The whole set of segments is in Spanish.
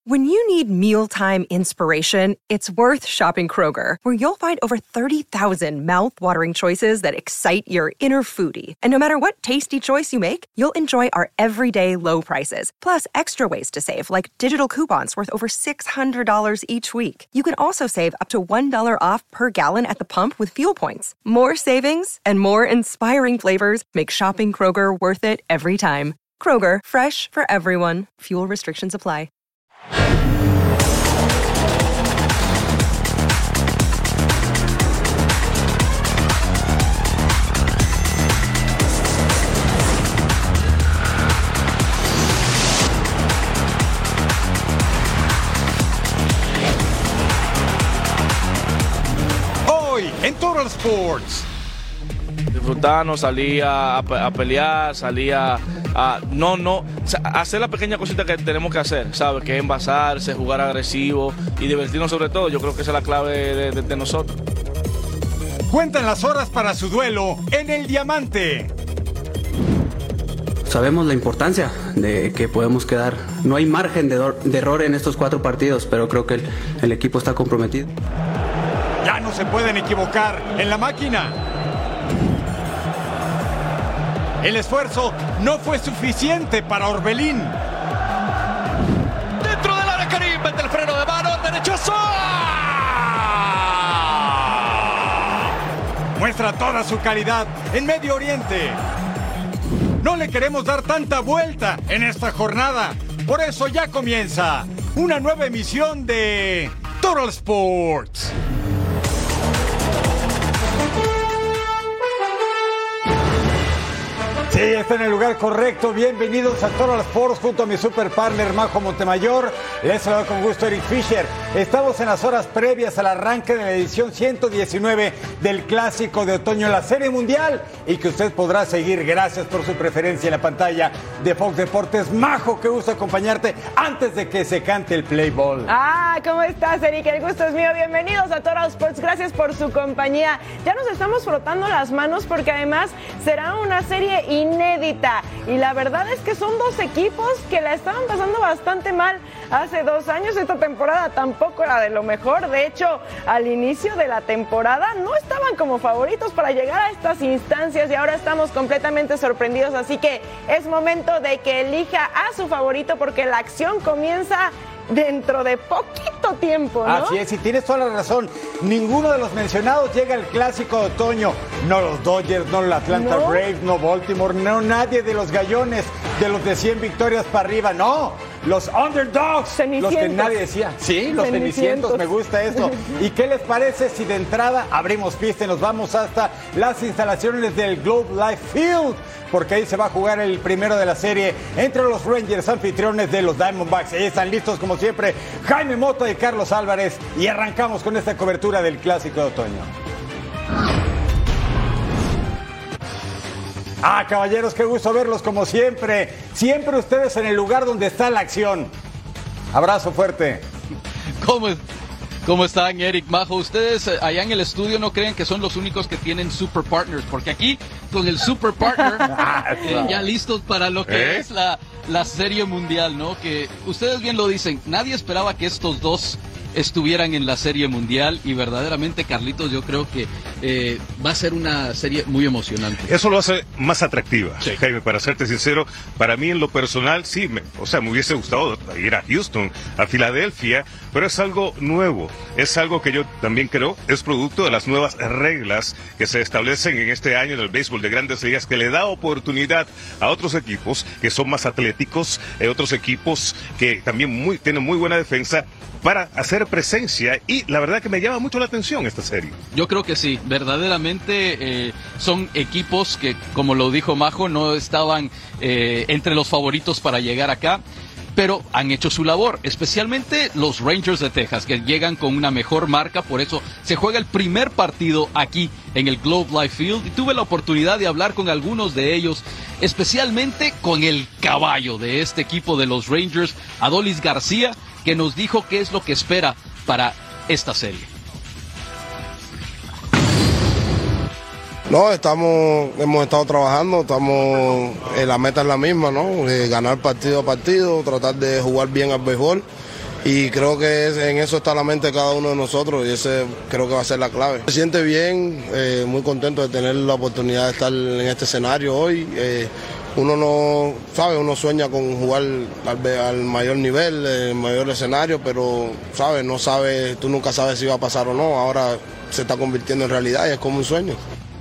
When you need mealtime inspiration, it's worth shopping Kroger, where you'll find over 30,000 mouth-watering choices that excite your inner foodie. And no matter what tasty choice you make, you'll enjoy our everyday low prices, plus extra ways to save, like digital coupons worth over $600 each week. You can also save up to $1 off per gallon at the pump with fuel points. More savings and more inspiring flavors make shopping Kroger worth it every time. Kroger, fresh for everyone. Fuel restrictions apply. Hoy en Total Sports. Disfrutarnos, salir a pelear, salir a hacer la pequeña cosita que tenemos que hacer, ¿sabes? Que es envasarse, jugar agresivo y divertirnos sobre todo. Yo creo que esa es la clave de nosotros. Cuentan las horas para su duelo en el Diamante. Sabemos la importancia de que podemos quedar. No hay margen de error en estos 4 partidos, pero creo que el equipo está comprometido. Ya no se pueden equivocar en la máquina. El esfuerzo no fue suficiente para Orbelín. Dentro del área, Karim, mete el freno de mano, derechazo. Muestra toda su calidad en Medio Oriente. No le queremos dar tanta vuelta en esta jornada. Por eso ya comienza una nueva emisión de Total Sports. Sí, está en el lugar correcto. Bienvenidos a Total Sports junto a mi super partner Majo Montemayor. Les saludo con gusto Eric Fisher. Estamos en las horas previas al arranque de la edición 119 del Clásico de Otoño en la Serie Mundial y que usted podrá seguir. Gracias por su preferencia en la pantalla de Fox Deportes. Majo, qué gusto acompañarte antes de que se cante el play ball. ¿Cómo estás, Eric? El gusto es mío. Bienvenidos a Total Sports. Gracias por su compañía. Ya nos estamos frotando las manos porque además será una serie inédita. Y la verdad es que son 2 equipos que la estaban pasando bastante mal hace 2 años. Esta temporada tampoco era de lo mejor. De hecho, al inicio de la temporada no estaban como favoritos para llegar a estas instancias y ahora estamos completamente sorprendidos. Así que es momento de que elija a su favorito porque la acción comienza dentro de poquito tiempo, ¿no? Así es, y tienes toda la razón. Ninguno de los mencionados llega al Clásico de Otoño. No los Dodgers, no los Atlanta Braves, no Baltimore, no nadie de los gallones, de los de 100 victorias para arriba, no. Los underdogs, los que nadie decía. Sí, los cenicientos, me gusta eso. ¿Y qué les parece si de entrada abrimos pista y nos vamos hasta las instalaciones del Globe Life Field? Porque ahí se va a jugar el primero de la serie entre los Rangers, anfitriones de los Diamondbacks. Ahí están listos como siempre Jaime Mota y Carlos Álvarez y arrancamos con esta cobertura del Clásico de Otoño. Caballeros, qué gusto verlos como siempre. Siempre ustedes en el lugar donde está la acción. Abrazo fuerte. ¿Cómo están, Eric, Majo? Ustedes allá en el estudio no creen que son los únicos que tienen super partners, porque aquí con el super partner ya listos para lo que es la Serie Mundial, ¿no? Que ustedes bien lo dicen, nadie esperaba que estos dos estuvieran en la Serie Mundial y verdaderamente, Carlitos, yo creo que va a ser una serie muy emocionante. Eso lo hace más atractiva, sí. Jaime, para serte sincero, para mí en lo personal sí, me hubiese gustado ir a Houston, a Filadelfia, pero es algo nuevo, es algo que yo también creo es producto de las nuevas reglas que se establecen en este año en el béisbol de Grandes Ligas, que le da oportunidad a otros equipos que son más atléticos, otros equipos que también tienen muy buena defensa, para hacer presencia, y la verdad que me llama mucho la atención esta serie. Yo creo que sí, verdaderamente son equipos que, como lo dijo Majo, no estaban entre los favoritos para llegar acá, pero han hecho su labor, especialmente los Rangers de Texas, que llegan con una mejor marca. Por eso se juega el primer partido aquí en el Globe Life Field, y tuve la oportunidad de hablar con algunos de ellos, especialmente con el caballo de este equipo de los Rangers, Adolis García, que nos dijo qué es lo que espera para esta serie. No, hemos estado trabajando, la meta es la misma, ¿no? Ganar partido a partido, tratar de jugar bien al béisbol y creo que en eso está la mente de cada uno de nosotros y ese creo que va a ser la clave. Se siente bien, muy contento de tener la oportunidad de estar en este escenario hoy. Uno no sabe, uno sueña con jugar al mayor nivel, el mayor escenario, pero no sabe, tú nunca sabes si va a pasar o no. Ahora se está convirtiendo en realidad y es como un sueño.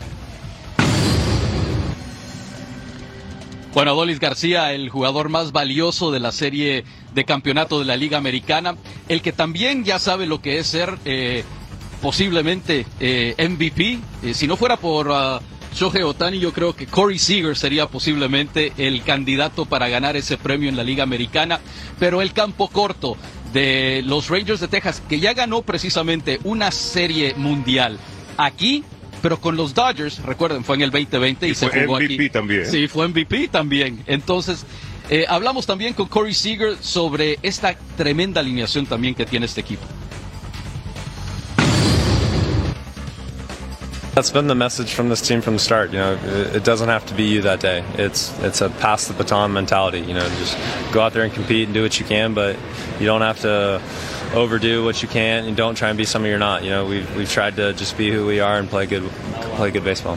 Bueno, Adolis García, el jugador más valioso de la serie de campeonato de la Liga Americana, el que también ya sabe lo que es ser posiblemente MVP. Si no fuera por Shohei Ohtani, yo creo que Corey Seager sería posiblemente el candidato para ganar ese premio en la Liga Americana, pero el campo corto de los Rangers de Texas, que ya ganó precisamente una serie mundial aquí, pero con los Dodgers, recuerden, fue en el 2020 y se jugó aquí. MVP también. Sí, fue MVP también. Entonces, hablamos también con Corey Seager sobre esta tremenda alineación también que tiene este equipo. That's been the message from this team from the start. You know, it doesn't have to be you that day. It's a pass the baton mentality. You know, just go out there and compete and do what you can, but you don't have to overdo what you can, and don't try and be something you're not. You know, we've tried to just be who we are and play good baseball.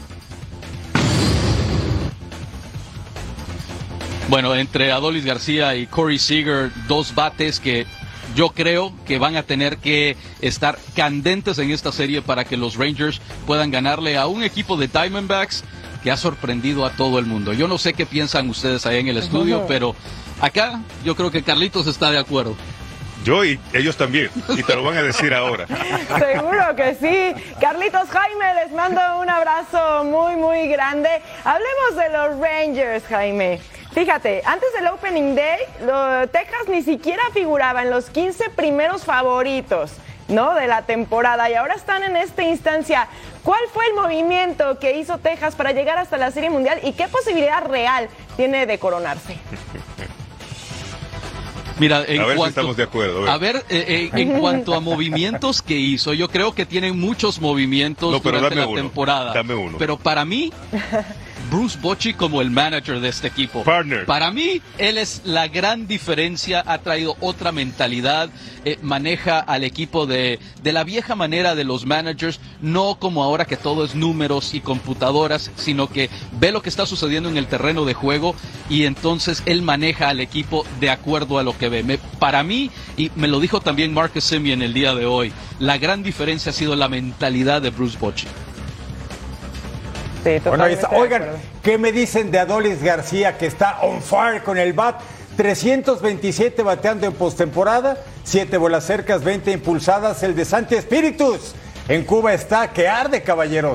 Bueno, entre Adolis García y Corey Seager, dos bates que yo creo que van a tener que estar candentes en esta serie para que los Rangers puedan ganarle a un equipo de Diamondbacks que ha sorprendido a todo el mundo. Yo no sé qué piensan ustedes ahí en el estudio, pero acá yo creo que Carlitos está de acuerdo. Yo y ellos también, y te lo van a decir ahora. Seguro que sí. Carlitos, Jaime, les mando un abrazo muy, muy grande. Hablemos de los Rangers, Jaime. Fíjate, antes del Opening Day, Texas ni siquiera figuraba en los 15 primeros favoritos, ¿no?, de la temporada, y ahora están en esta instancia. ¿Cuál fue el movimiento que hizo Texas para llegar hasta la Serie Mundial y qué posibilidad real tiene de coronarse? Mira, si estamos de acuerdo. En cuanto a movimientos que hizo, yo creo que tienen muchos movimientos durante la temporada. Dame uno. Pero para mí, Bruce Bochy como el manager de este equipo. Partner. Para mí, él es la gran diferencia, ha traído otra mentalidad, maneja al equipo de la vieja manera de los managers, no como ahora que todo es números y computadoras, sino que ve lo que está sucediendo en el terreno de juego y entonces él maneja al equipo de acuerdo a lo que ve. Para mí, y me lo dijo también Marcus Semien el día de hoy, la gran diferencia ha sido la mentalidad de Bruce Bochy. Sí, bueno, ahí está. Oigan, ¿qué me dicen de Adolis García, que está on fire con el bat? 327 bateando en postemporada, 7 bolas cercas, 20 impulsadas. El de Santi Espíritus en Cuba está que arde, caballeros.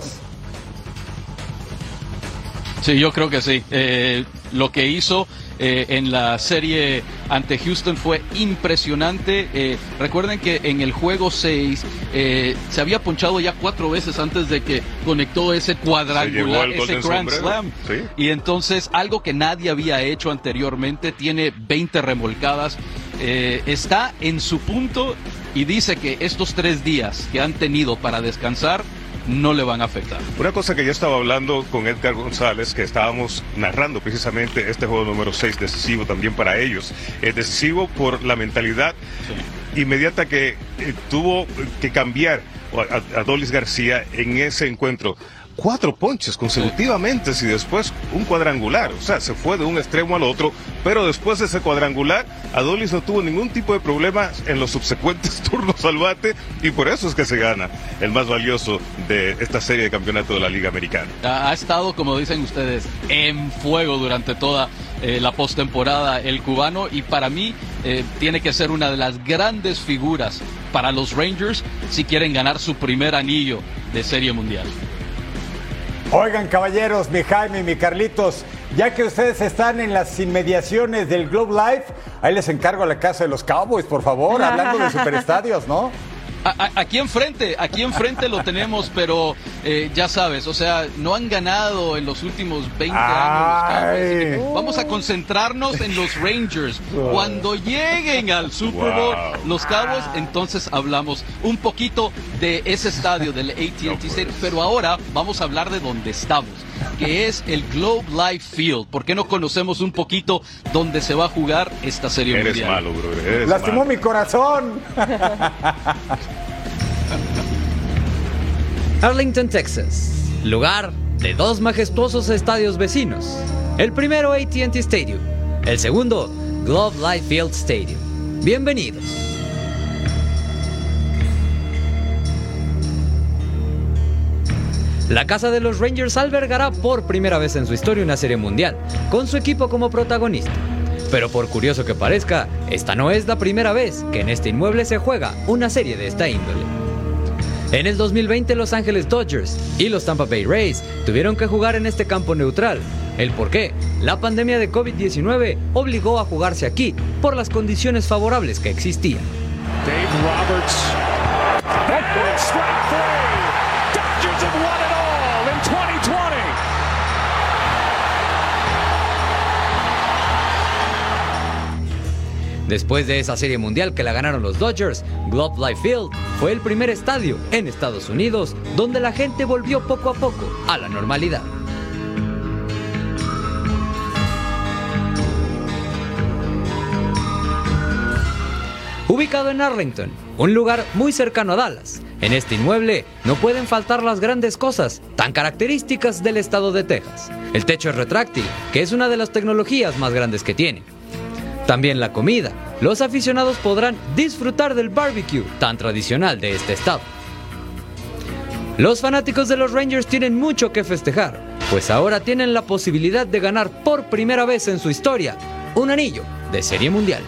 Sí, yo creo que sí. Lo que hizo en la serie ante Houston fue impresionante. Recuerden que en el juego 6 se había ponchado ya 4 veces antes de que conectó ese cuadrangular, ese Grand Slam. ¿Sí? Y entonces, algo que nadie había hecho anteriormente, tiene 20 remolcadas, está en su punto y dice que estos 3 días que han tenido para descansar no le van a afectar. Una cosa que yo estaba hablando con Edgar González, que estábamos narrando precisamente este juego número 6, decisivo también para ellos, decisivo por la mentalidad inmediata que tuvo que cambiar a Adolis García en ese encuentro. 4 ponches consecutivamente y después un cuadrangular, o sea, se fue de un extremo al otro, pero después de ese cuadrangular, Adolis no tuvo ningún tipo de problema en los subsecuentes turnos al bate, y por eso es que se gana el más valioso de esta serie de campeonato de la Liga Americana. Ha estado, como dicen ustedes, en fuego durante toda la postemporada el cubano, y para mí tiene que ser una de las grandes figuras para los Rangers si quieren ganar su primer anillo de Serie Mundial. Oigan, caballeros, mi Jaime y mi Carlitos, ya que ustedes están en las inmediaciones del Globe Life, ahí les encargo a la casa de los Cowboys, por favor, hablando de superestadios, ¿no? Aquí enfrente lo tenemos, pero ya sabes, o sea, no han ganado en los últimos 20 años los Cowboys. Vamos a concentrarnos en los Rangers. Cuando lleguen al Super Bowl, los Cowboys, entonces hablamos un poquito de ese estadio, del AT&T Stadium, pero ahora vamos a hablar de dónde estamos. que es el Globe Life Field. ¿Por qué no conocemos un poquito dónde se va a jugar esta serie mundial? Eres malo, bro. Lastimó mi corazón. Arlington, Texas, lugar de dos majestuosos estadios vecinos. El primero AT&T Stadium, el segundo Globe Life Field Stadium. Bienvenidos. La casa de los Rangers albergará por primera vez en su historia una serie mundial, con su equipo como protagonista. Pero por curioso que parezca, esta no es la primera vez que en este inmueble se juega una serie de esta índole. En el 2020 Los Ángeles Dodgers y los Tampa Bay Rays tuvieron que jugar en este campo neutral. ¿El por qué? La pandemia de COVID-19 obligó a jugarse aquí por las condiciones favorables que existían. Dave Roberts. Strike three. Dodgers have won it all in 2020. Después de esa serie mundial que la ganaron los Dodgers, Globe Life Field fue el primer estadio en Estados Unidos donde la gente volvió poco a poco a la normalidad. Ubicado en Arlington, un lugar muy cercano a Dallas, en este inmueble no pueden faltar las grandes cosas tan características del estado de Texas. El techo es retráctil, que es una de las tecnologías más grandes que tiene. También la comida. Los aficionados podrán disfrutar del barbecue tan tradicional de este estado. Los fanáticos de los Rangers tienen mucho que festejar, pues ahora tienen la posibilidad de ganar por primera vez en su historia un anillo de Serie Mundial.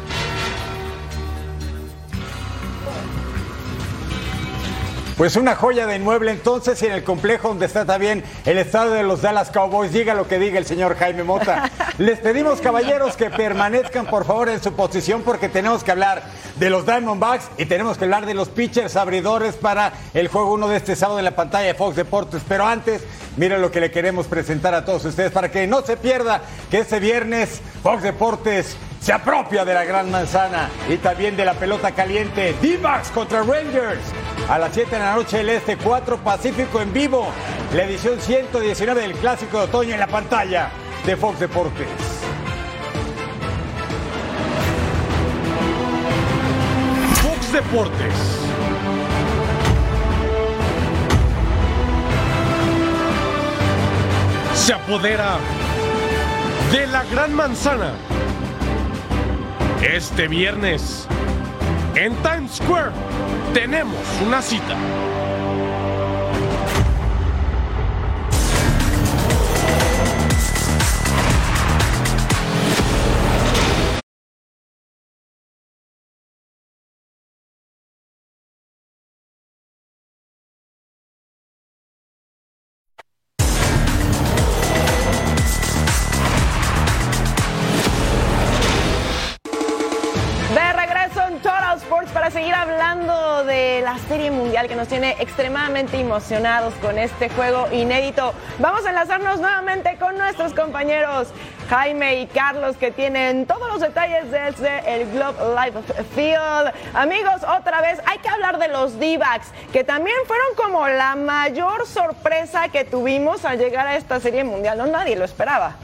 Pues una joya de inmueble entonces, y en el complejo donde está también el estadio de los Dallas Cowboys. Diga lo que diga el señor Jaime Mota. Les pedimos, caballeros, que permanezcan por favor en su posición, porque tenemos que hablar de los Diamondbacks y tenemos que hablar de los pitchers abridores para el juego 1 de este sábado en la pantalla de Fox Deportes. Pero antes, miren lo que le queremos presentar a todos ustedes para que no se pierda que este viernes Fox Deportes se apropia de la Gran Manzana y también de la pelota caliente. D-Backs contra Rangers a las 7 de la noche del Este, 4 Pacífico en vivo. La edición 119 del Clásico de Otoño en la pantalla de Fox Deportes. Fox Deportes. Se apodera de la Gran Manzana. Este viernes, en Times Square, tenemos una cita. Para seguir hablando de la Serie Mundial que nos tiene extremadamente emocionados con este juego inédito, vamos a enlazarnos nuevamente con nuestros compañeros Jaime y Carlos, que tienen todos los detalles desde el Globe Life Field. Amigos, otra vez hay que hablar de los D-Backs, que también fueron como la mayor sorpresa que tuvimos al llegar a esta Serie Mundial. No, nadie lo esperaba.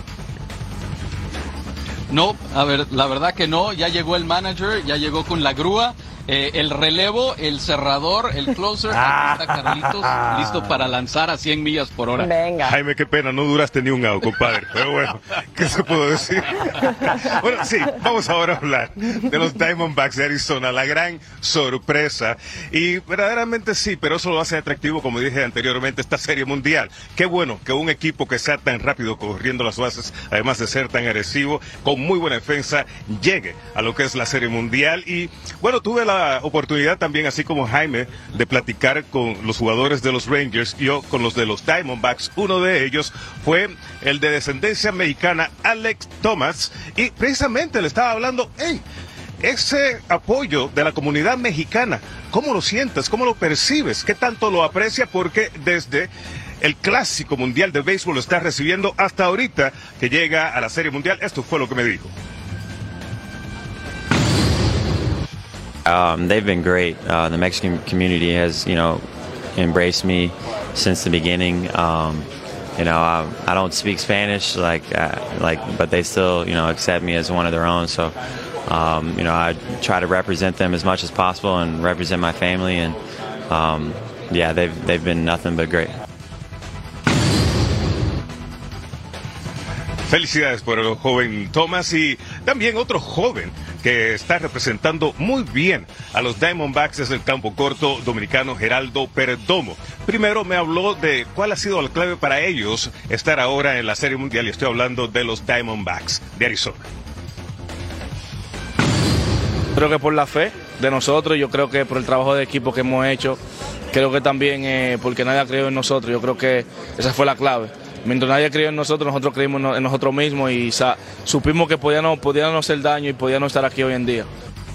No, a ver, la verdad que no, ya llegó el manager, ya llegó con la grúa, el relevo, el cerrador, el closer, aquí está Carlitos, listo para lanzar a 100 millas por hora. Venga. Jaime, qué pena, no duraste ni un out, compadre, pero bueno, ¿qué se puede decir? Bueno, sí, vamos ahora a hablar de los Diamondbacks de Arizona, la gran sorpresa, y verdaderamente sí, pero eso lo hace atractivo, como dije anteriormente, esta Serie Mundial. Qué bueno que un equipo que sea tan rápido corriendo las bases, además de ser tan agresivo, con muy buena defensa, llegue a lo que es la Serie Mundial. Y bueno, tuve la oportunidad también, así como Jaime, de platicar con los jugadores de los Rangers, yo con los de los Diamondbacks. Uno de ellos fue el de descendencia mexicana, Alex Thomas, y precisamente le estaba hablando, ese apoyo de la comunidad mexicana, ¿cómo lo sientes? ¿Cómo lo percibes? ¿Qué tanto lo aprecia? Porque desde el Clásico Mundial de Béisbol lo está recibiendo hasta ahorita que llega a la Serie Mundial. Esto fue lo que me dijo. They've been great. The Mexican community has, embraced me since the beginning. you know, I don't speak Spanish, but they still, you know, accept me as one of their own. So, you know, I try to represent them as much as possible and represent my family. And yeah, they've been nothing but great. Felicidades por el joven Thomas y también otro joven que está representando muy bien a los Diamondbacks desde el campo corto dominicano, Geraldo Perdomo. Primero me habló de cuál ha sido la clave para ellos estar ahora en la Serie Mundial y estoy hablando de los Diamondbacks de Arizona. Creo que por la fe de nosotros, yo creo que por el trabajo de equipo que hemos hecho, creo que también porque nadie ha creído en nosotros, yo creo que esa fue la clave. Mientras nadie creyó en nosotros creímos en nosotros mismos y supimos que podíamos hacer daño y podíamos estar aquí hoy en día.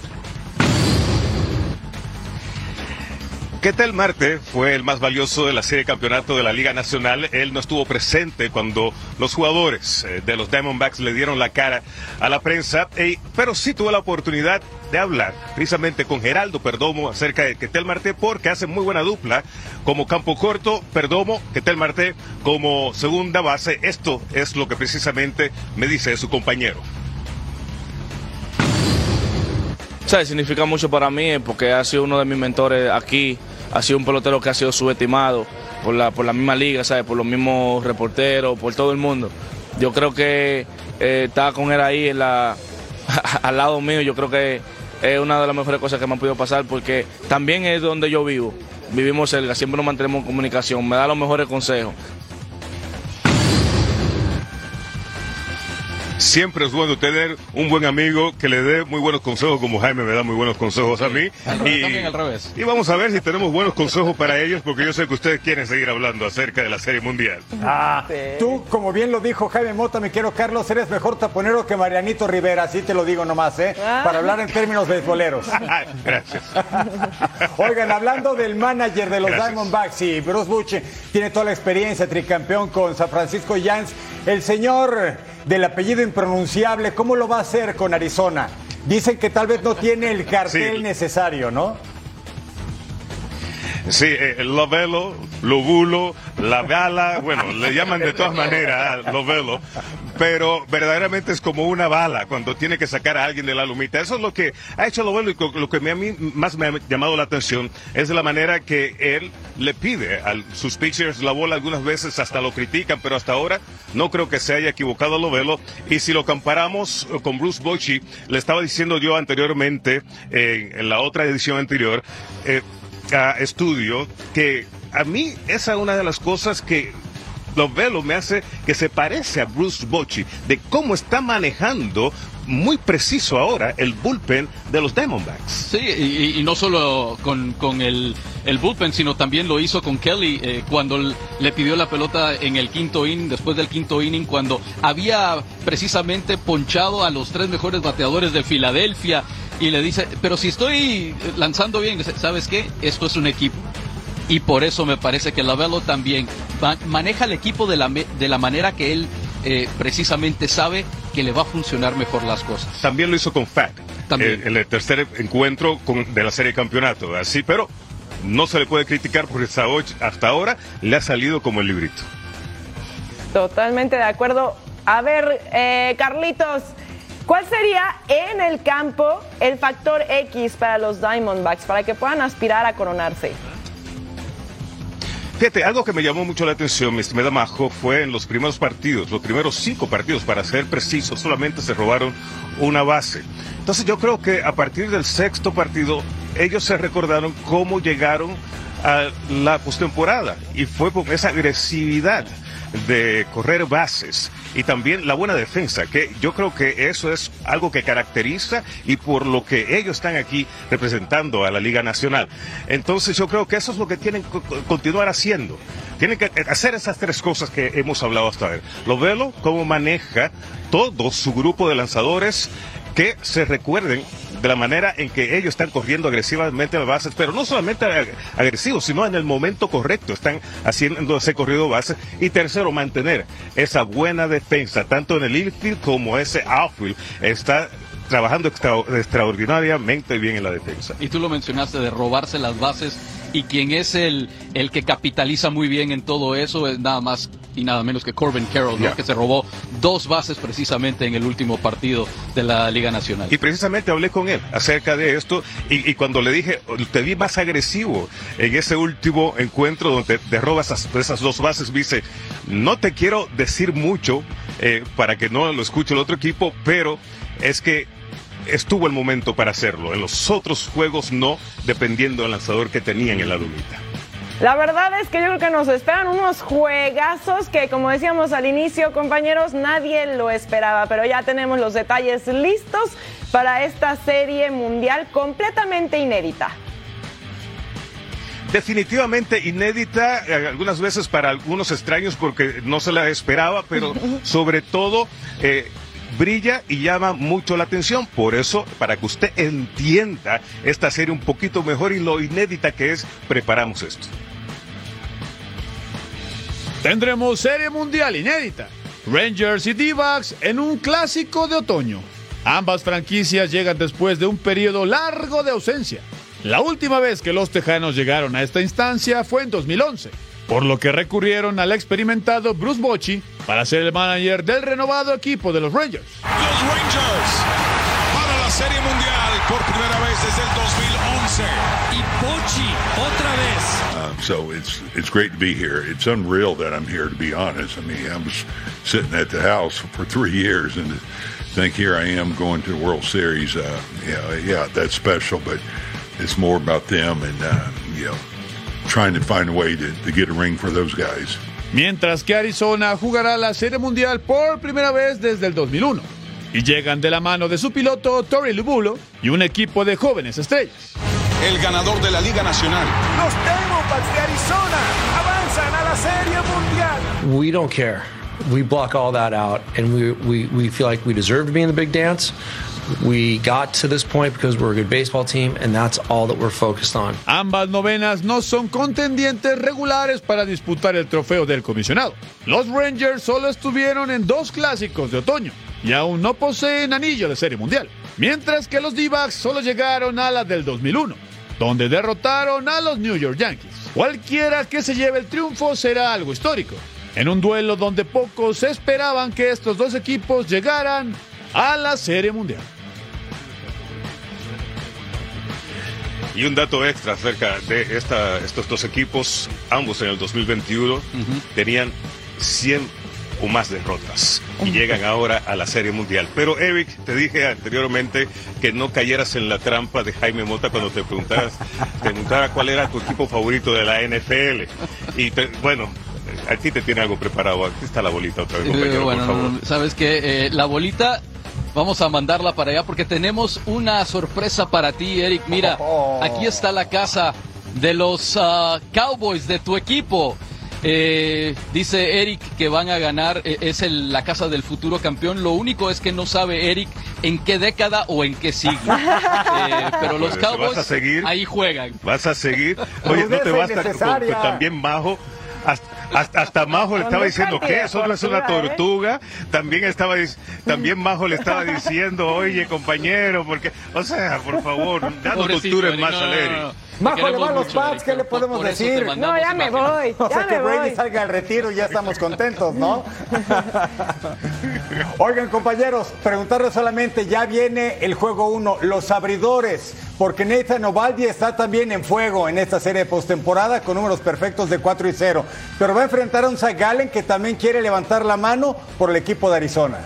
Ketel Marte fue el más valioso de la serie de campeonato de la Liga Nacional. Él no estuvo presente cuando los jugadores de los Diamondbacks le dieron la cara a la prensa, pero sí tuvo la oportunidad de hablar precisamente con Geraldo Perdomo acerca de Ketel Marte, porque hacen muy buena dupla como campo corto, Perdomo, Ketel Marte como segunda base. Esto es lo que precisamente me dice su compañero. ¿Sabes? Significa mucho para mí porque ha sido uno de mis mentores aquí, ha sido un pelotero que ha sido subestimado por la misma liga, ¿sabes? Por los mismos reporteros, por todo el mundo. Yo creo que estar con él ahí al lado mío, yo creo que es una de las mejores cosas que me han podido pasar porque también es donde yo vivo. Vivimos cerca, siempre nos mantenemos en comunicación, me da los mejores consejos. Siempre es bueno tener un buen amigo que le dé muy buenos consejos, como Jaime me da muy buenos consejos a mí. También al revés. Y vamos a ver si tenemos buenos consejos para ellos, porque yo sé que ustedes quieren seguir hablando acerca de la Serie Mundial. Tú, como bien lo dijo Jaime Mota, mi querido Carlos, eres mejor taponero que Marianito Rivera, así te lo digo nomás, para hablar en términos beisboleros. Gracias. Oigan, hablando del manager de los Gracias. Diamondbacks, y Bruce Bochy tiene toda la experiencia, tricampeón con San Francisco Giants, el señor del apellido impronunciable, ¿cómo lo va a hacer con Arizona? Dicen que tal vez no tiene el cartel necesario, ¿no? Sí, Lovelo, Lobulo, La Bala, bueno, le llaman de todas maneras Lovelo, pero verdaderamente es como una bala cuando tiene que sacar a alguien de la lumita. Eso es lo que ha hecho Lovelo y lo que a mí más me ha llamado la atención es de la manera que él le pide a sus pitchers la bola. Algunas veces hasta lo critican, pero hasta ahora no creo que se haya equivocado Lovelo. Y si lo comparamos con Bruce Bochy, le estaba diciendo yo anteriormente, en la otra edición anterior, estudio, que a mí esa es una de las cosas que Lovelo me hace que se parece a Bruce Bochy, de cómo está manejando muy preciso ahora el bullpen de los Diamondbacks. Sí, y no solo con el bullpen, sino también lo hizo con Kelly cuando le pidió la pelota en el quinto inning, después del quinto inning, cuando había precisamente ponchado a los 3 mejores bateadores de Filadelfia, y le dice, pero si estoy lanzando bien, ¿sabes qué? Esto es un equipo. Y por eso me parece que Lovelo también maneja el equipo de la manera que él precisamente sabe que le va a funcionar mejor las cosas. También lo hizo con Fat, en el tercer encuentro de la serie de campeonato, así, pero no se le puede criticar porque hasta ahora le ha salido como el librito. Totalmente de acuerdo. A ver, Carlitos, ¿cuál sería en el campo el factor X para los Diamondbacks para que puedan aspirar a coronarse? Fíjate, algo que me llamó mucho la atención, mi estimada Majo, fue en los primeros partidos, los primeros 5 partidos, para ser precisos, solamente se robaron una base. Entonces yo creo que a partir del 6º partido, ellos se recordaron cómo llegaron a la postemporada, y fue con esa agresividad de correr bases y también la buena defensa, que yo creo que eso es algo que caracteriza y por lo que ellos están aquí representando a la Liga Nacional. Entonces yo creo que eso es lo que tienen que continuar haciendo. Tienen que hacer esas 3 cosas que hemos hablado hasta ahora. Lovelo, cómo maneja todo su grupo de lanzadores, que se recuerden de la manera en que ellos están corriendo agresivamente las bases, pero no solamente agresivos, sino en el momento correcto, están haciendo ese corrido base. Y tercero, mantener esa buena defensa, tanto en el infield como ese outfield, está trabajando extraordinariamente bien en la defensa. Y tú lo mencionaste de robarse las bases, y quien es el que capitaliza muy bien en todo eso es nada más y nada menos que Corbin Carroll, ¿no? Que se robó 2 bases precisamente en el último partido de la Liga Nacional. Y precisamente hablé con él acerca de esto, y cuando le dije, te vi más agresivo en ese último encuentro donde te robas esas 2 bases, me dice, no te quiero decir mucho para que no lo escuche el otro equipo, pero es que estuvo el momento para hacerlo. En los otros juegos no, dependiendo del lanzador que tenían en la lunita. La verdad es que yo creo que nos esperan unos juegazos que, como decíamos al inicio, compañeros, nadie lo esperaba, pero ya tenemos los detalles listos para esta serie mundial completamente inédita. Definitivamente inédita, algunas veces para algunos extraños porque no se la esperaba, pero sobre todo brilla y llama mucho la atención. Por eso, para que usted entienda esta serie un poquito mejor y lo inédita que es, preparamos esto. Tendremos serie mundial inédita. Rangers y D-backs en un clásico de otoño. Ambas franquicias llegan después de un periodo largo de ausencia. La última vez que los tejanos llegaron a esta instancia fue en 2011, por lo que recurrieron al experimentado Bruce Bochy para ser el manager del renovado equipo de los Rangers. Los Rangers para la Serie Mundial por primera vez desde el 2011. Y Bochy otra vez. So it's great to be here. It's unreal that I'm here, to be honest. I mean, I was sitting at the house for 3 years, and to think here I am going to the World Series. Yeah, that's special, but it's more about them and trying to find a way to get a ring for those guys. Mientras que Arizona jugará la Serie Mundial por primera vez desde el 2001 y llegan de la mano de su piloto Torey Lovullo y un equipo de jóvenes estrellas. El ganador de la Liga Nacional. Los Diamondbacks de Arizona avanzan a la Serie Mundial. We don't care. We block all that out, and we feel like we deserve to be in the big dance. We got to this point because we're a good baseball team, and that's all that we're focused on. Ambas novenas no son contendientes regulares para disputar el trofeo del comisionado. Los Rangers solo estuvieron en 2 clásicos de otoño y aún no poseen anillo de Serie Mundial, mientras que los D-backs solo llegaron a la del 2001, donde derrotaron a los New York Yankees. Cualquiera que se lleve el triunfo será algo histórico, en un duelo donde pocos esperaban que estos 2 equipos llegaran a la Serie Mundial. Y un dato extra acerca de estos 2 equipos, ambos en el 2021 tenían 100 o más derrotas y llegan ahora a la Serie Mundial. Pero Eric, te dije anteriormente que no cayeras en la trampa de Jaime Mota cuando te preguntara cuál era tu equipo favorito de la NFL. Y bueno, aquí te tiene algo preparado. Aquí está la bolita otra vez, compañero, por favor. ¿Sabes qué? La bolita vamos a mandarla para allá porque tenemos una sorpresa para ti, Eric. Mira, aquí está la casa de los Cowboys de tu equipo. Dice Eric que van a ganar, es la casa del futuro campeón. Lo único es que no sabe Eric en qué década o en qué siglo. Pero los Cowboys ¿vas a seguir? Ahí juegan. ¿Vas a seguir? Oye, no te basta con también Majo. Hasta Majo le estaba diciendo que eso no es una tortuga. También Majo le estaba diciendo, oye, compañero, porque, o sea, por favor, ya no torturen más a Eric. Majo le va a los Pats, ¿qué le podemos decir? No, ya me voy. O sea, que Brady salga al retiro y ya estamos contentos, ¿no? Oigan, compañeros, preguntarles solamente, ya viene el juego 1, los abridores, porque Nathan Eovaldi está también en fuego en esta serie de postemporada con números perfectos de 4-0, pero va a enfrentar a un Zach Gallen que también quiere levantar la mano por el equipo de Arizona.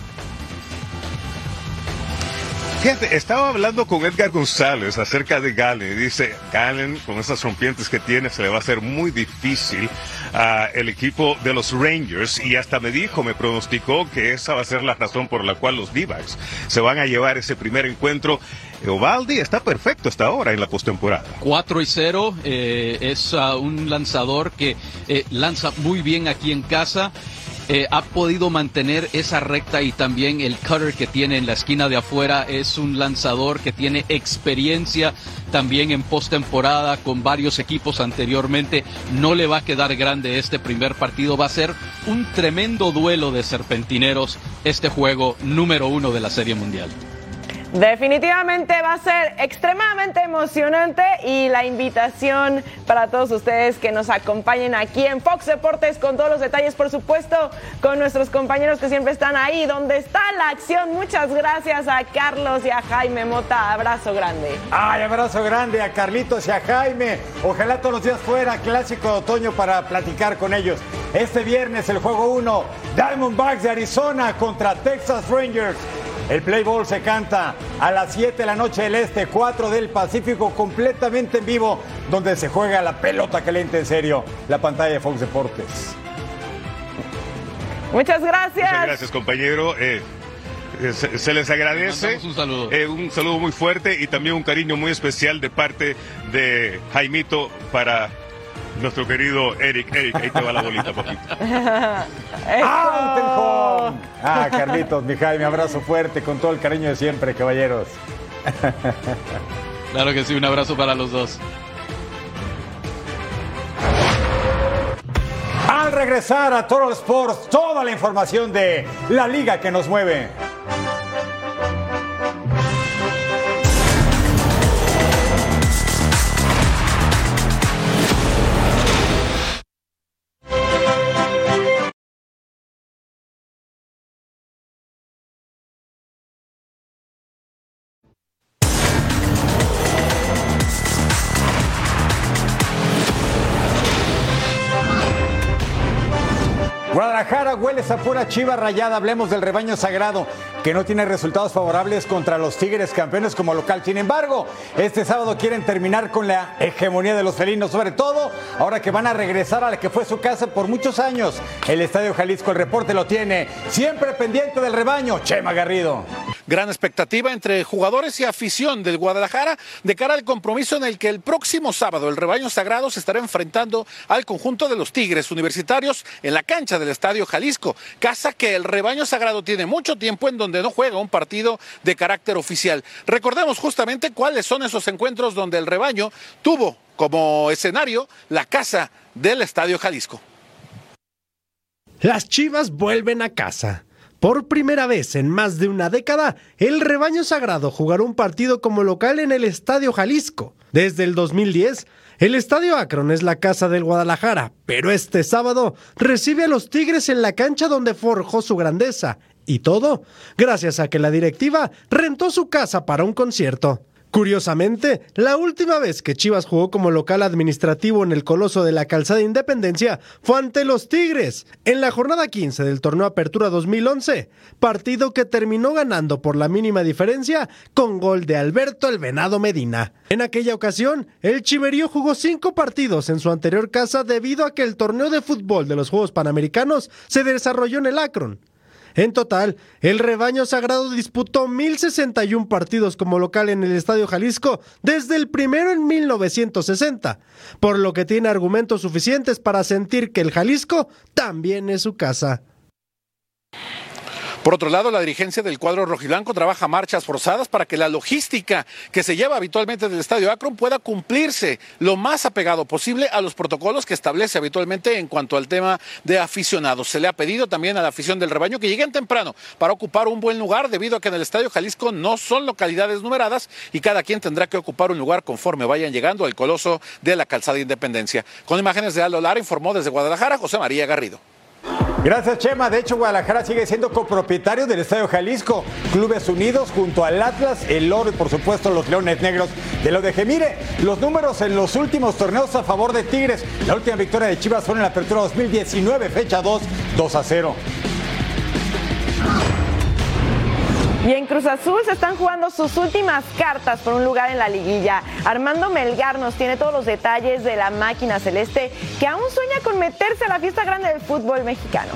Fíjate, estaba hablando con Edgar González acerca de Gallen y dice, Gallen con esas rompientes que tiene se le va a hacer muy difícil al equipo de los Rangers, y hasta me pronosticó que esa va a ser la razón por la cual los D-backs se van a llevar ese primer encuentro. Eovaldi está perfecto hasta ahora en la postemporada. 4-0, es un lanzador que lanza muy bien aquí en casa. Ha podido mantener esa recta y también el cutter que tiene en la esquina de afuera. Es un lanzador que tiene experiencia también en postemporada con varios equipos anteriormente. No le va a quedar grande este primer partido. Va a ser un tremendo duelo de serpentineros este juego número 1 de la Serie Mundial. Definitivamente va a ser extremadamente emocionante y la invitación para todos ustedes que nos acompañen aquí en Fox Deportes con todos los detalles, por supuesto, con nuestros compañeros que siempre están ahí donde está la acción. Muchas gracias a Carlos y a Jaime Mota. Abrazo grande. Ay, abrazo grande a Carlitos y a Jaime. Ojalá todos los días fuera clásico de otoño para platicar con ellos. Este viernes el juego 1, Diamondbacks de Arizona contra Texas Rangers. El Play Ball se canta a las 7 de la noche del Este, 4 del Pacífico, completamente en vivo, donde se juega la pelota caliente en serio. La pantalla de Fox Deportes. Muchas gracias. Muchas gracias, compañero. Se les agradece. Un saludo. Un saludo muy fuerte y también un cariño muy especial de parte de Jaimito para nuestro querido Eric. Eric, ahí te va la bolita, papito. Carlitos, mi Jaime, abrazo fuerte con todo el cariño de siempre, caballeros. Claro que sí, un abrazo para los dos. Al regresar a Total Sports, toda la información de la liga que nos mueve. Guadalajara huele a pura chiva rayada. Hablemos del rebaño sagrado, que no tiene resultados favorables contra los Tigres, campeones como local. Sin embargo, este sábado quieren terminar con la hegemonía de los felinos, sobre todo ahora que van a regresar a la que fue su casa por muchos años, el Estadio Jalisco. El reporte lo tiene siempre pendiente del rebaño, Chema Garrido. Gran expectativa entre jugadores y afición del Guadalajara de cara al compromiso en el que el próximo sábado el rebaño sagrado se estará enfrentando al conjunto de los Tigres Universitarios en la cancha del Estadio Jalisco, casa que el rebaño sagrado tiene mucho tiempo en donde no juega un partido de carácter oficial. Recordemos justamente cuáles son esos encuentros donde el rebaño tuvo como escenario la casa del Estadio Jalisco. Las Chivas vuelven a casa. Por primera vez en más de una década, el rebaño sagrado jugará un partido como local en el Estadio Jalisco. Desde el 2010, el Estadio Akron es la casa del Guadalajara, pero este sábado recibe a los Tigres en la cancha donde forjó su grandeza. Y todo gracias a que la directiva rentó su casa para un concierto. Curiosamente, la última vez que Chivas jugó como local administrativo en el Coloso de la Calzada Independencia fue ante los Tigres, en la jornada 15 del Torneo Apertura 2011, partido que terminó ganando por la mínima diferencia con gol de Alberto el Venado Medina. En aquella ocasión, el Chiverío jugó 5 partidos en su anterior casa debido a que el torneo de fútbol de los Juegos Panamericanos se desarrolló en el Akron. En total, el rebaño sagrado disputó 1,061 partidos como local en el Estadio Jalisco desde el primero en 1960, por lo que tiene argumentos suficientes para sentir que el Jalisco también es su casa. Por otro lado, la dirigencia del cuadro rojiblanco trabaja marchas forzadas para que la logística que se lleva habitualmente del Estadio Akron pueda cumplirse lo más apegado posible a los protocolos que establece habitualmente en cuanto al tema de aficionados. Se le ha pedido también a la afición del rebaño que lleguen temprano para ocupar un buen lugar, debido a que en el Estadio Jalisco no son localidades numeradas y cada quien tendrá que ocupar un lugar conforme vayan llegando al Coloso de la Calzada Independencia. Con imágenes de Aldo Lara, informó desde Guadalajara José María Garrido. Gracias, Chema. De hecho, Guadalajara sigue siendo copropietario del Estadio Jalisco. Clubes unidos junto al Atlas, el Oro y, por supuesto, los Leones Negros de la UDG. Mire, los números en los últimos torneos a favor de Tigres. La última victoria de Chivas fue en la Apertura 2019, fecha 2-0. Y en Cruz Azul se están jugando sus últimas cartas por un lugar en la liguilla. Armando Melgar nos tiene todos los detalles de la máquina celeste, que aún sueña con meterse a la fiesta grande del fútbol mexicano.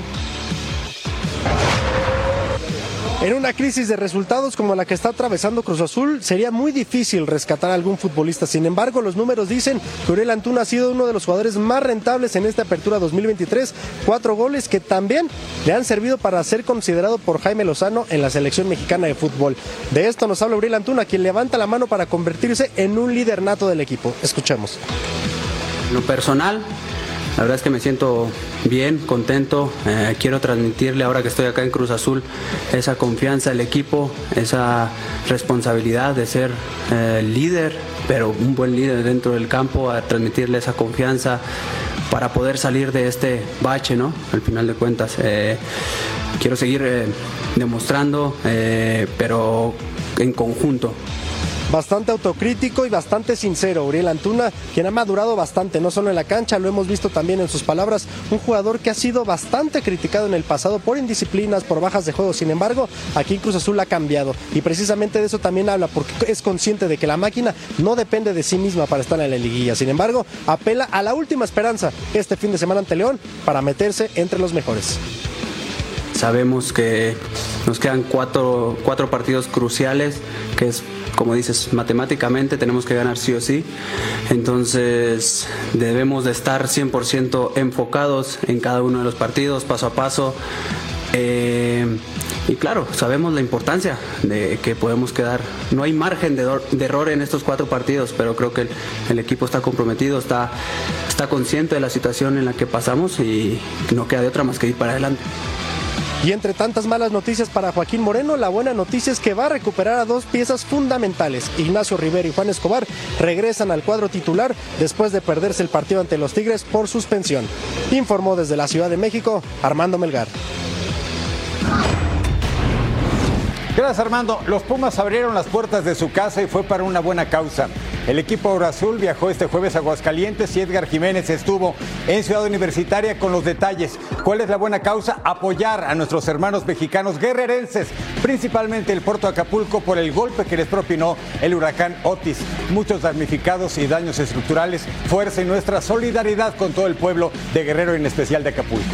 En una crisis de resultados como la que está atravesando Cruz Azul, sería muy difícil rescatar a algún futbolista. Sin embargo, los números dicen que Uriel Antuna ha sido uno de los jugadores más rentables en esta apertura 2023. 4 goles que también le han servido para ser considerado por Jaime Lozano en la selección mexicana de fútbol. De esto nos habla Uriel Antuna, quien levanta la mano para convertirse en un líder nato del equipo. Escuchemos. En lo personal, La verdad es que me siento bien, contento. Quiero transmitirle ahora que estoy acá en Cruz Azul esa confianza al equipo, esa responsabilidad de ser líder, pero un buen líder dentro del campo, a transmitirle esa confianza para poder salir de este bache, ¿no? Al final de cuentas, quiero seguir demostrando, pero en conjunto. Bastante autocrítico y bastante sincero, Uriel Antuna, quien ha madurado bastante, no solo en la cancha, lo hemos visto también en sus palabras, un jugador que ha sido bastante criticado en el pasado por indisciplinas, por bajas de juego. Sin embargo, aquí en Cruz Azul ha cambiado y precisamente de eso también habla, porque es consciente de que la máquina no depende de sí misma para estar en la liguilla. Sin embargo, apela a la última esperanza este fin de semana ante León para meterse entre los mejores. Sabemos que nos quedan cuatro partidos cruciales, que es, como dices, matemáticamente tenemos que ganar sí o sí. Entonces debemos de estar 100% enfocados en cada uno de los partidos, paso a paso. Y claro, sabemos la importancia de que podemos quedar. No hay margen de error en estos 4 partidos, pero creo que el equipo está comprometido, está consciente de la situación en la que pasamos y no queda de otra más que ir para adelante. Y entre tantas malas noticias para Joaquín Moreno, la buena noticia es que va a recuperar a 2 piezas fundamentales. Ignacio Rivera y Juan Escobar regresan al cuadro titular después de perderse el partido ante los Tigres por suspensión. Informó desde la Ciudad de México, Armando Melgar. Gracias, Armando. Los Pumas abrieron las puertas de su casa y fue para una buena causa. El equipo Aurazul viajó este jueves a Aguascalientes y Edgar Jiménez estuvo en Ciudad Universitaria con los detalles. ¿Cuál es la buena causa? Apoyar a nuestros hermanos mexicanos guerrerenses, principalmente el puerto de Acapulco, por el golpe que les propinó el huracán Otis. Muchos damnificados y daños estructurales. Fuerza y nuestra solidaridad con todo el pueblo de Guerrero, en especial de Acapulco.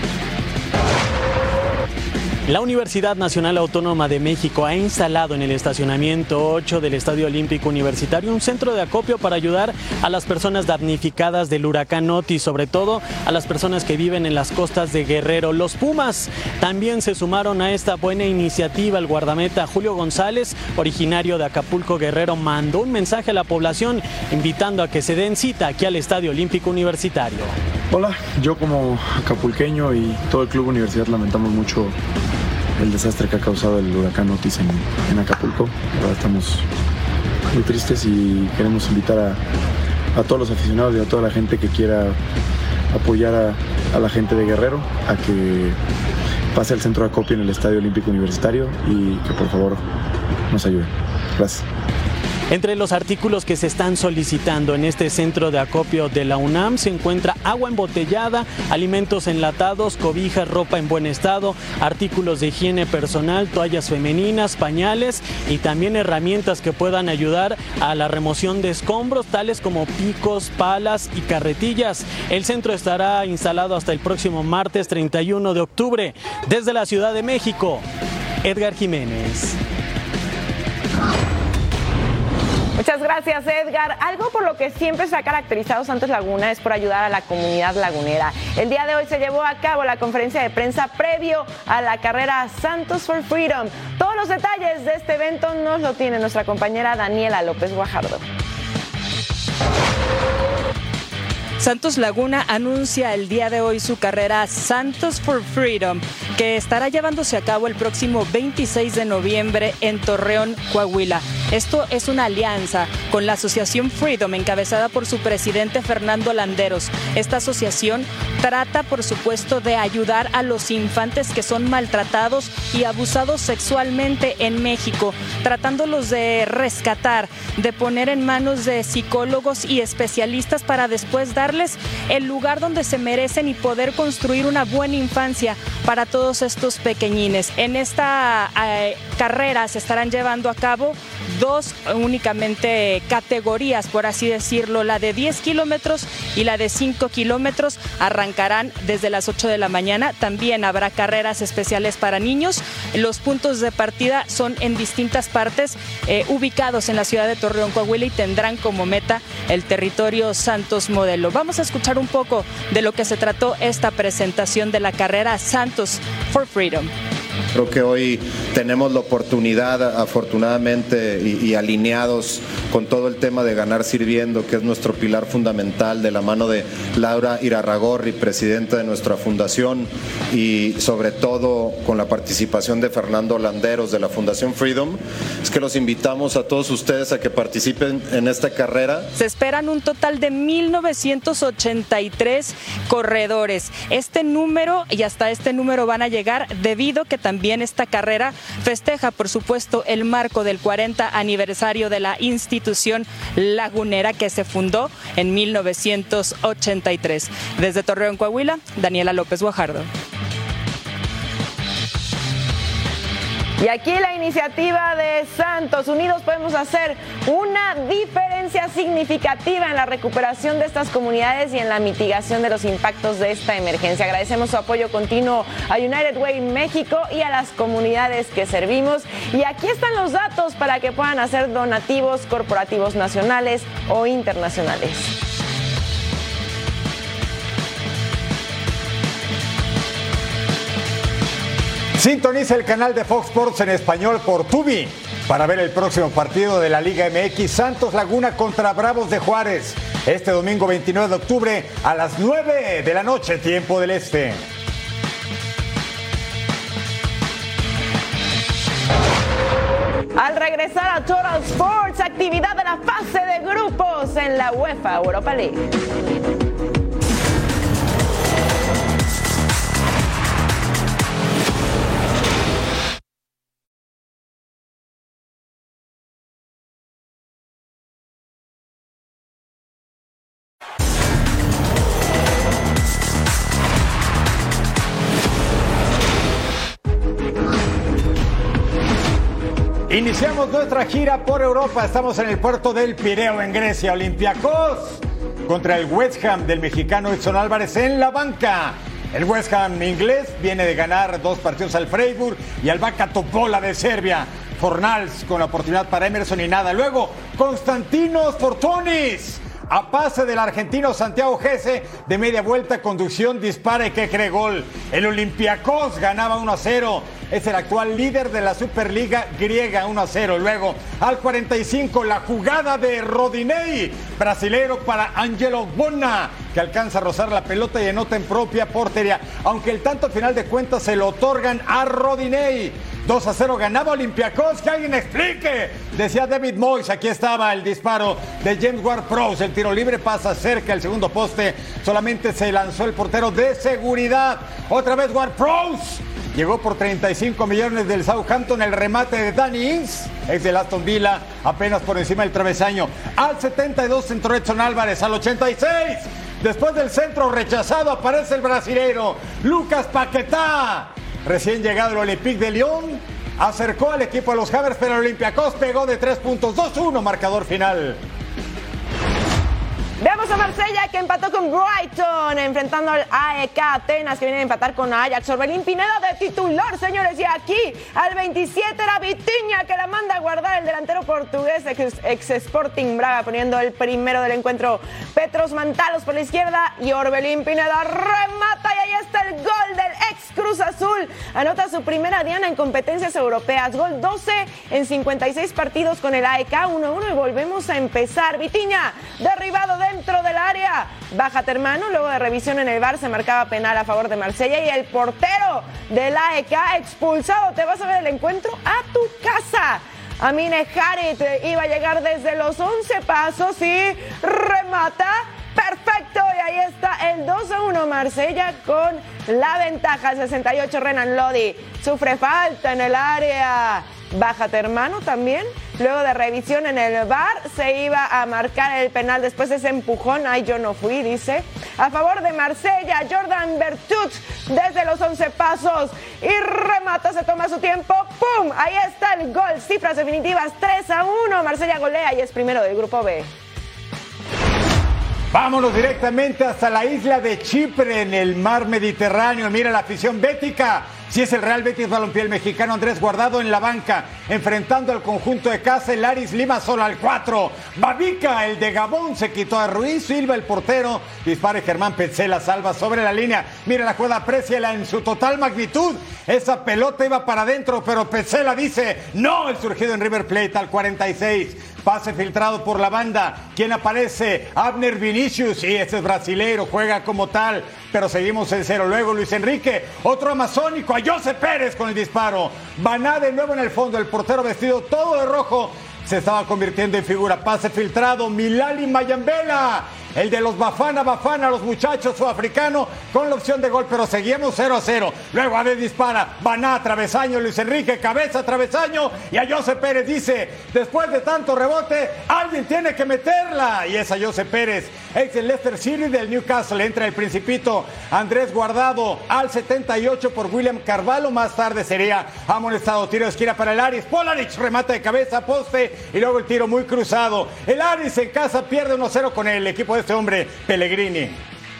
La Universidad Nacional Autónoma de México ha instalado en el estacionamiento 8 del Estadio Olímpico Universitario un centro de acopio para ayudar a las personas damnificadas del huracán Otis, sobre todo a las personas que viven en las costas de Guerrero. Los Pumas también se sumaron a esta buena iniciativa. El guardameta Julio González, originario de Acapulco, Guerrero, mandó un mensaje a la población invitando a que se den cita aquí al Estadio Olímpico Universitario. Hola, yo como acapulqueño y todo el Club Universidad lamentamos mucho el desastre que ha causado el huracán Otis en Acapulco. Ahora estamos muy tristes y queremos invitar a todos los aficionados y a toda la gente que quiera apoyar a la gente de Guerrero a que pase al centro de acopio en el Estadio Olímpico Universitario y que por favor nos ayuden. Gracias. Entre los artículos que se están solicitando en este centro de acopio de la UNAM se encuentra agua embotellada, alimentos enlatados, cobijas, ropa en buen estado, artículos de higiene personal, toallas femeninas, pañales y también herramientas que puedan ayudar a la remoción de escombros, tales como picos, palas y carretillas. El centro estará instalado hasta el próximo martes 31 de octubre. Desde la Ciudad de México, Edgar Jiménez. Muchas gracias, Edgar. Algo por lo que siempre se ha caracterizado Santos Laguna es por ayudar a la comunidad lagunera. El día de hoy se llevó a cabo la conferencia de prensa previo a la carrera Santos for Freedom. Todos los detalles de este evento nos lo tiene nuestra compañera Daniela López Guajardo. Santos Laguna anuncia el día de hoy su carrera Santos for Freedom, que estará llevándose a cabo el próximo 26 de noviembre en Torreón, Coahuila. Esto es una alianza con la asociación Freedom, encabezada por su presidente Fernando Landeros. Esta asociación trata, por supuesto, de ayudar a los infantes que son maltratados y abusados sexualmente en México, tratándolos de rescatar, de poner en manos de psicólogos y especialistas para después darles el lugar donde se merecen y poder construir una buena infancia para todos estos pequeñines. En esta carrera se estarán llevando a cabo 2 únicamente categorías, por así decirlo, la de 10 kilómetros y la de 5 kilómetros. Arrancarán desde las 8 de la mañana. También habrá carreras especiales para niños. Los puntos de partida son en distintas partes ubicados en la ciudad de Torreón, Coahuila, y tendrán como meta el territorio Santos Modelo. Vamos a escuchar un poco de lo que se trató esta presentación de la carrera Santos for Freedom. Creo que hoy tenemos la oportunidad, afortunadamente, y alineados con todo el tema de ganar sirviendo, que es nuestro pilar fundamental, de la mano de Laura Irarrágorri, presidenta de nuestra fundación, y sobre todo con la participación de Fernando Landeros de la Fundación Freedom, es que los invitamos a todos ustedes a que participen en esta carrera. Se esperan un total de 1,983 corredores. Este número y hasta este número van a llegar debido que también esta carrera festeja, por supuesto, el marco del 40 aniversario de la institución lagunera que se fundó en 1983. Desde Torreón, Coahuila, Daniela López Guajardo. Y aquí la iniciativa de Santos. Unidos podemos hacer una diferencia significativa en la recuperación de estas comunidades y en la mitigación de los impactos de esta emergencia. Agradecemos su apoyo continuo a United Way México y a las comunidades que servimos. Y aquí están los datos para que puedan hacer donativos corporativos nacionales o internacionales. Sintoniza el canal de Fox Sports en español por Tubi para ver el próximo partido de la Liga MX, Santos Laguna contra Bravos de Juárez, este domingo 29 de octubre a las 9 de la noche, tiempo del este. Al regresar a Total Sports, actividad de la fase de grupos en la UEFA Europa League. Iniciamos nuestra gira por Europa. Estamos en el puerto del Pireo, en Grecia. Olympiacos contra el West Ham del mexicano Edson Álvarez en la banca. El West Ham inglés viene de ganar 2 partidos al Freiburg y al Baka Topola de Serbia. Fornals con la oportunidad para Emerson y nada. Luego, Konstantinos Fortunis. A pase del argentino Santiago Gese, de media vuelta, conducción, dispara y que cree gol. El Olympiacos ganaba 1-0. Es el actual líder de la Superliga griega, 1-0. Luego, al 45, la jugada de Rodinei, brasilero para Angelo Bona, que alcanza a rozar la pelota y anota en propia portería. Aunque el tanto al final de cuentas se lo otorgan a Rodinei. 2-0 ganaba Olympiacos, que alguien explique, decía David Moyes. Aquí estaba el disparo de James Ward-Prowse, el tiro libre pasa cerca el segundo poste, solamente se lanzó el portero de seguridad. Otra vez Ward-Prowse, llegó por 35 millones del Southampton, el remate de Danny Ings, ex del Aston Villa, apenas por encima del travesaño. Al 72 entró Edson Álvarez, al 86. Después del centro rechazado aparece el brasileiro Lucas Paquetá. Recién llegado el Olympique de Lyon, acercó al equipo de los Hammers, pero el Olympiacos pegó de 3 puntos, 2-1 marcador final. Veamos a Marsella, que empató con Brighton, enfrentando al AEK Atenas, que viene a empatar con Ajax. Orbelín Pineda de titular, señores, y aquí al 27 era Vitinha, que la manda a guardar el delantero portugués, ex Sporting Braga, poniendo el primero del encuentro. Petros Mantalos por la izquierda y Orbelín Pineda remata, y ahí está el gol del ex Cruz Azul. Anota su primera diana en competencias europeas. Gol 12 en 56 partidos con el AEK, 1-1, y volvemos a empezar. Vitinha, derribado dentro del área. Bájate, hermano. Luego de revisión en el VAR se marcaba penal a favor de Marsella, y el portero del AEK expulsado. Te vas a ver el encuentro a tu casa. Amine Harit iba a llegar desde los 11 pasos y remata. Perfecto, y ahí está el 2-1, Marsella con la ventaja. 68, Renan Lodi sufre falta en el área. Bájate, hermano, también. Luego de revisión en el VAR se iba a marcar el penal después de ese empujón. Ay, yo no fui, dice. A favor de Marsella, Jordan Bertut desde los 11 pasos y remata, se toma su tiempo. ¡Pum! Ahí está el gol. Cifras definitivas, 3-1. Marsella golea y es primero del grupo B. Vámonos directamente hasta la isla de Chipre, en el mar Mediterráneo. Mira la afición bética Si es el Real Betis Balompié, el mexicano Andrés Guardado en la banca, enfrentando al conjunto de casa, el Aris Lima solo al 4. Babica, el de Gabón, se quitó a Ruiz, Silva el portero, dispara Germán Petzela, salva sobre la línea. Mira la jugada, apréciala en su total magnitud. Esa pelota iba para adentro, pero Petzela dice, no, el surgido en River Plate al 46. Pase filtrado por la banda. ¿Quién aparece? Abner Vinicius. Sí, ese es brasileiro, juega como tal. Pero seguimos en cero. Luego Luis Enrique, otro amazónico, a José Pérez con el disparo. Baná de nuevo en el fondo. El portero vestido todo de rojo se estaba convirtiendo en figura. Pase filtrado. Milali Mayambela. El de los Bafana, los muchachos sudafricanos, con la opción de gol, pero seguimos 0-0. Luego Ade dispara, Baná, travesaño, Luis Enrique, cabeza, travesaño, y a José Pérez dice, después de tanto rebote, alguien tiene que meterla. Y es a José Pérez, ex del Leicester City del Newcastle. Entra el Principito, Andrés Guardado, al 78 por William Carvalho. Más tarde sería amonestado. Tiro de esquina para el Aris. Polaric remata de cabeza, poste, y luego el tiro muy cruzado. El Aris en casa pierde 1-0 con el equipo de este hombre, Pellegrini.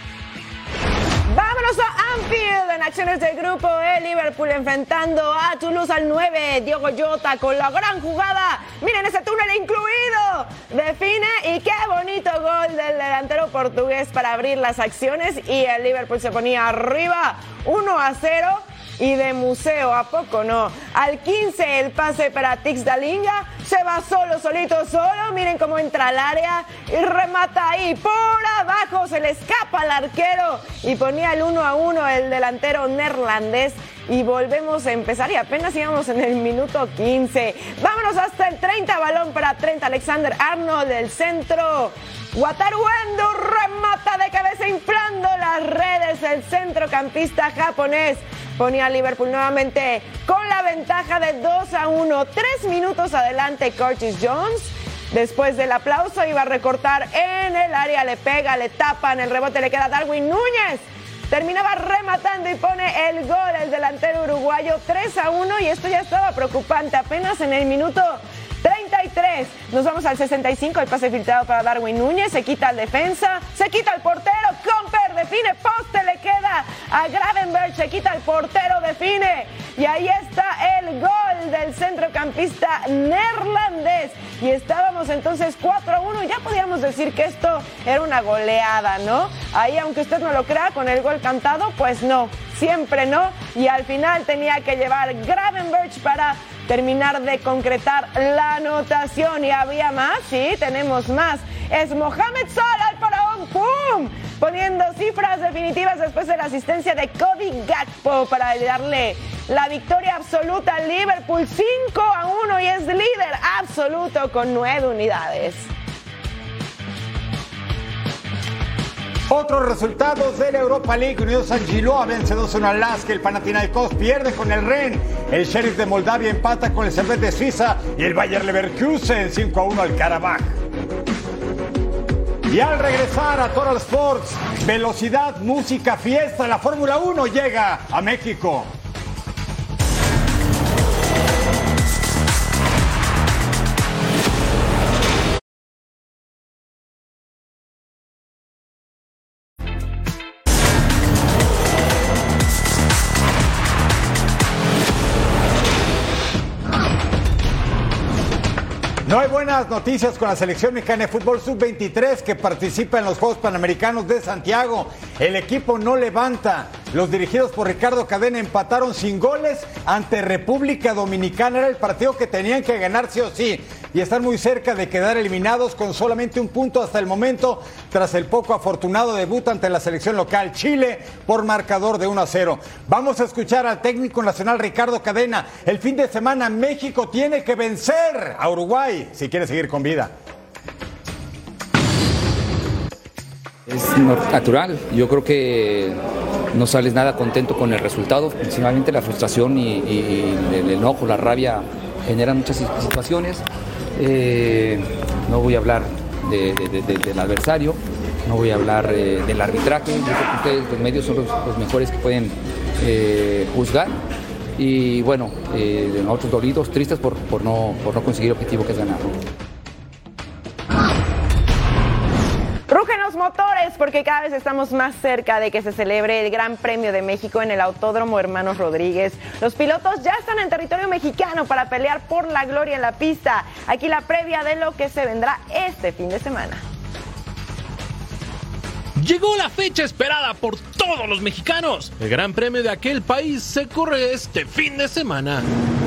Vámonos a Anfield en acciones del grupo E. Liverpool enfrentando a Toulouse al 9. Diogo Jota con la gran jugada. Miren ese túnel incluido. Define y qué bonito gol del delantero portugués para abrir las acciones. Y el Liverpool se ponía arriba 1-0. Y de museo, ¿a poco no? Al 15 el pase para Tix Dalinga, se va solo, miren cómo entra al área y remata ahí, por abajo, se le escapa al arquero y ponía el 1-1 el delantero neerlandés. Y volvemos a empezar y apenas íbamos en el minuto 15. Vámonos hasta el 30, balón para Trent Alexander-Arnold del centro. Wataru Endo remata de cabeza inflando las redes, el centrocampista japonés. Ponía a Liverpool nuevamente con la ventaja de 2-1. 3 minutos adelante Curtis Jones. Después del aplauso iba a recortar en el área, le pega, le tapan, el rebote le queda a Darwin Núñez. Terminaba rematando y pone el gol el delantero uruguayo 3-1 y esto ya estaba preocupante apenas en el minuto 33. Nos vamos al 65, el pase filtrado para Darwin Núñez, se quita al defensa, se quita al portero, Comper define, poste le queda a Gravenberch, se quita al portero, define y ahí está el gol del centrocampista neerlandés y estábamos entonces 4-1, ya podíamos decir que esto era una goleada, ¿no? Ahí aunque usted no lo crea, con el gol cantado, pues no, siempre no, y al final tenía que llevar Gravenberch para terminar de concretar la anotación. Y había más, sí, tenemos más. Es Mohamed Salah al faraón, ¡pum! Poniendo cifras definitivas después de la asistencia de Cody Gakpo para darle la victoria absoluta al Liverpool 5-1 y es líder absoluto con 9 unidades. Otros resultados de la Europa League: Unión Saint-Gilloise vence 2-1 al Lask, el Panathinaikos pierde con el Rennes, el Sheriff de Moldavia empata con el Servette de Suiza y el Bayer Leverkusen 5-1 al Karabaj. Y al regresar a Total Sports, velocidad, música, fiesta, la Fórmula 1 llega a México. No hay buenas noticias con la selección mexicana de fútbol sub-23 que participa en los Juegos Panamericanos de Santiago. El equipo no levanta. Los dirigidos por Ricardo Cadena empataron sin goles ante República Dominicana. Era el partido que tenían que ganar sí o sí. Y están muy cerca de quedar eliminados con solamente un punto hasta el momento tras el poco afortunado debut ante la selección local Chile por marcador de 1-0. Vamos a escuchar al técnico nacional Ricardo Cadena. El fin de semana México tiene que vencer a Uruguay si quiere seguir con vida. Es natural, yo creo que no sales nada contento con el resultado, principalmente la frustración y el enojo, la rabia generan muchas situaciones. No voy a hablar del adversario, no voy a hablar del arbitraje, yo creo que ustedes, los medios, son los mejores que pueden juzgar. Y bueno, nosotros dolidos, tristes por no conseguir el objetivo que es ganar. Rugen los motores porque cada vez estamos más cerca de que se celebre el Gran Premio de México en el Autódromo Hermanos Rodríguez. Los pilotos ya están en territorio mexicano para pelear por la gloria en la pista. Aquí la previa de lo que se vendrá este fin de semana. Llegó la fecha esperada por todos los mexicanos. El Gran Premio de aquel país se corre este fin de semana.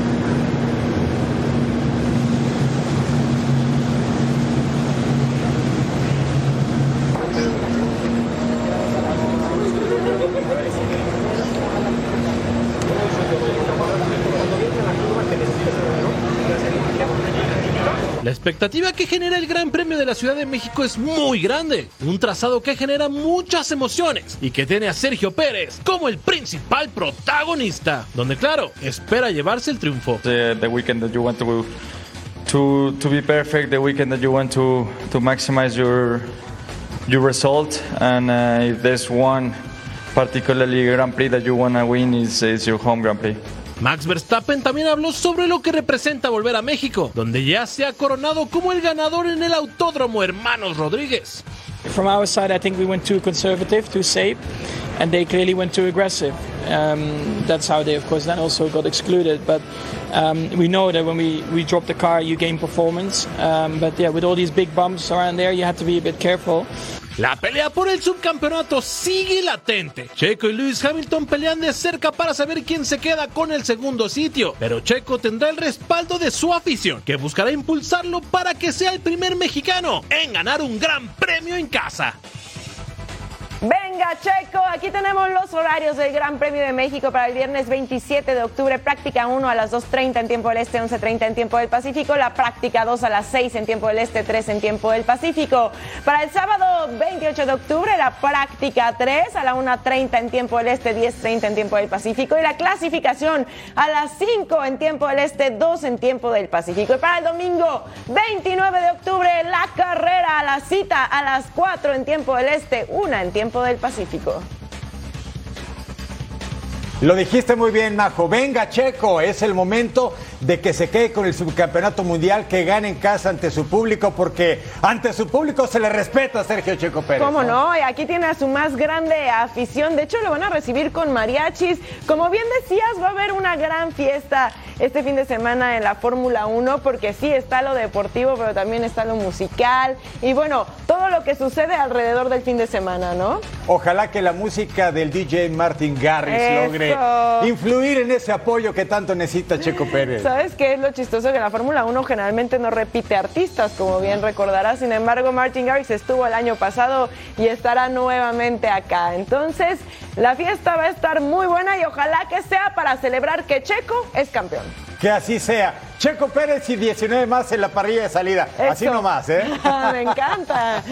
La expectativa que genera el Gran Premio de la Ciudad de México es muy grande. Un trazado que genera muchas emociones y que tiene a Sergio Pérez como el principal protagonista, donde claro, espera llevarse el triunfo. The weekend that you want to be perfect, the weekend that you want to maximize your result, and if there's one particularly Grand Prix that you want to win is your home Grand Prix. Max Verstappen también habló sobre lo que representa volver a México, donde ya se ha coronado como el ganador en el Autódromo Hermanos Rodríguez. From our side, I think we went too conservative, too safe, and they clearly went too aggressive. That's how they, of course, then also got excluded. But we know that when we drop the car, you gain performance. But yeah, with all these big bumps around there, you have to be a bit careful. La pelea por el subcampeonato sigue latente. Checo y Lewis Hamilton pelean de cerca para saber quién se queda con el segundo sitio. Pero Checo tendrá el respaldo de su afición, que buscará impulsarlo para que sea el primer mexicano en ganar un gran premio en casa. Venga, Checo, aquí tenemos los horarios del Gran Premio de México para el viernes 27 de octubre. Práctica 1 a las 2:30 en tiempo del Este, 11:30 en tiempo del Pacífico. La práctica 2 a las 6 en tiempo del Este, 3 en tiempo del Pacífico. Para el sábado 28 de octubre, la práctica 3 a la 1:30 en tiempo del Este, 10:30 en tiempo del Pacífico. Y la clasificación a las 5 en tiempo del Este, 2 en tiempo del Pacífico. Y para el domingo 29 de octubre, la carrera, la cita a las 4 en tiempo del Este, 1 en tiempo del Pacífico. Lo dijiste muy bien, Majo. Venga, Checo, es el momento de que se quede con el subcampeonato mundial, que gane en casa ante su público, porque ante su público se le respeta a Sergio Checo Pérez. ¿Cómo no? Y aquí tiene a su más grande afición. De hecho, lo van a recibir con mariachis. Como bien decías, va a haber una gran fiesta este fin de semana en la Fórmula 1, porque sí, está lo deportivo, pero también está lo musical. Y bueno, todo lo que sucede alrededor del fin de semana, ¿no? Ojalá que la música del DJ Martin Garrix logre influir en ese apoyo que tanto necesita Checo Pérez. ¿Sabes qué es lo chistoso? Que la Fórmula 1 generalmente no repite artistas, como bien recordarás. Sin embargo, Martin Garrix estuvo el año pasado y estará nuevamente acá. Entonces, la fiesta va a estar muy buena y ojalá que sea para celebrar que Checo es campeón. Que así sea. Checo Pérez y 19 más en la parrilla de salida. Eso. Así nomás, ¿eh? Me encanta.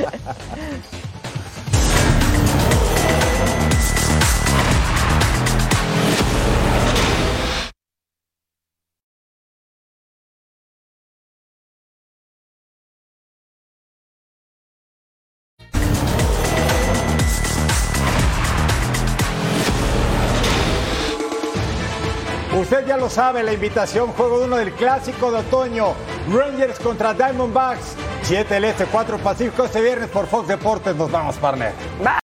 Usted ya lo sabe, la invitación, juego 1 del Clásico de Otoño, Rangers contra Diamondbacks, 7 del Este, 4 Pacífico, este viernes por Fox Deportes. Nos vamos, partner. Bye.